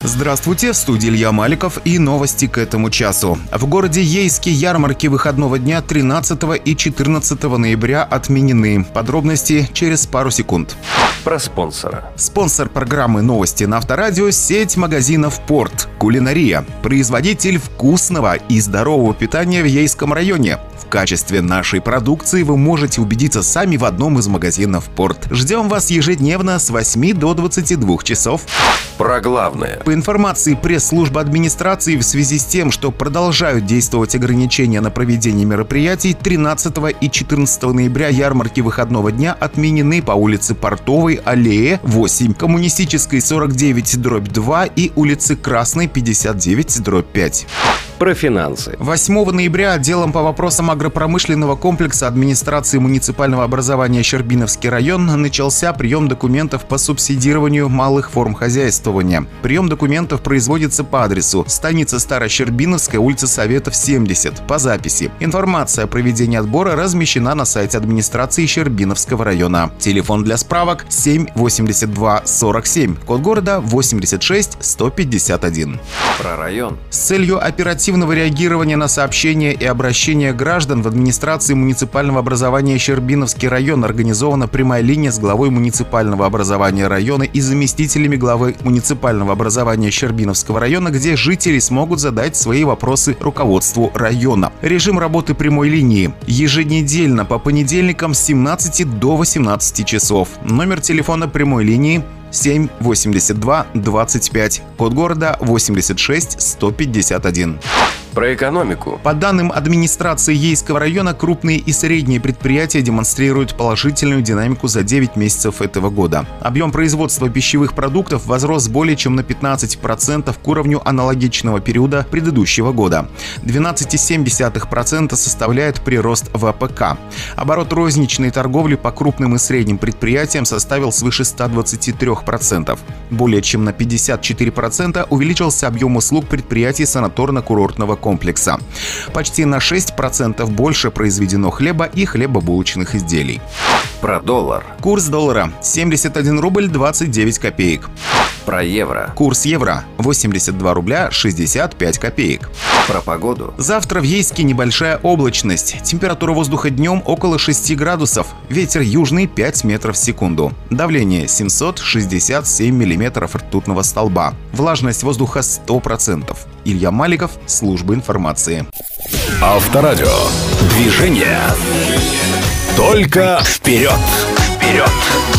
Здравствуйте, в студии Илья Маликов и новости к этому часу. В городе Ейске ярмарки выходного дня 13 и 14 ноября отменены. Подробности через пару секунд. Про спонсора. Спонсор программы «Новости» на Авторадио – сеть магазинов «Порт». Кулинария – производитель вкусного и здорового питания в Ейском районе. В качестве нашей продукции вы можете убедиться сами в одном из магазинов «Порт». Ждем вас ежедневно с 8 до 22 часов. Про главное. По информации пресс-службы администрации, в связи с тем, что продолжают действовать ограничения на проведение мероприятий, 13 и 14 ноября ярмарки выходного дня отменены по улице Портовой, аллее 8, Коммунистической 49/2 и улице Красной 59/5. Про финансы. 8 ноября отделом по вопросам агропромышленного комплекса администрации муниципального образования Щербиновский район начался прием документов по субсидированию малых форм хозяйствования. Прием документов производится по адресу станица Старощербиновская, улица Советов, 70, по записи. Информация о проведении отбора размещена на сайте администрации Щербиновского района. Телефон для справок 7 82 47, код города 86 151. Про район. С целью оперативного реагирования на сообщения и обращения граждан в администрации муниципального образования Щербиновский район организована прямая линия с главой муниципального образования района и заместителями главы муниципального образования Щербиновского района, где жители смогут задать свои вопросы руководству района. Режим работы прямой линии еженедельно по понедельникам с 17 до 18 часов. Номер телефона прямой линии 7 82 25, код города 86 151. Про экономику. По данным администрации Ейского района, крупные и средние предприятия демонстрируют положительную динамику за 9 месяцев этого года. Объем производства пищевых продуктов возрос более чем на 15% к уровню аналогичного периода предыдущего года. 12,7% составляет прирост ВПК. Оборот розничной торговли по крупным и средним предприятиям составил свыше 123%. Более чем на 54% увеличился объем услуг предприятий санаторно-курортного комплекса. Почти на 6% больше произведено хлеба и хлебобулочных изделий. Про доллар. Курс доллара 71 рубль 29 копеек. Про евро. Курс евро 82 рубля 65 копеек. Про погоду. Завтра в Ейске небольшая облачность. Температура воздуха днем около 6 градусов. Ветер южный 5 метров в секунду. Давление 767 миллиметров ртутного столба. Влажность воздуха 100%. Илья Маликов, служба информации. Авторадио. Движение. Только вперед. Вперед.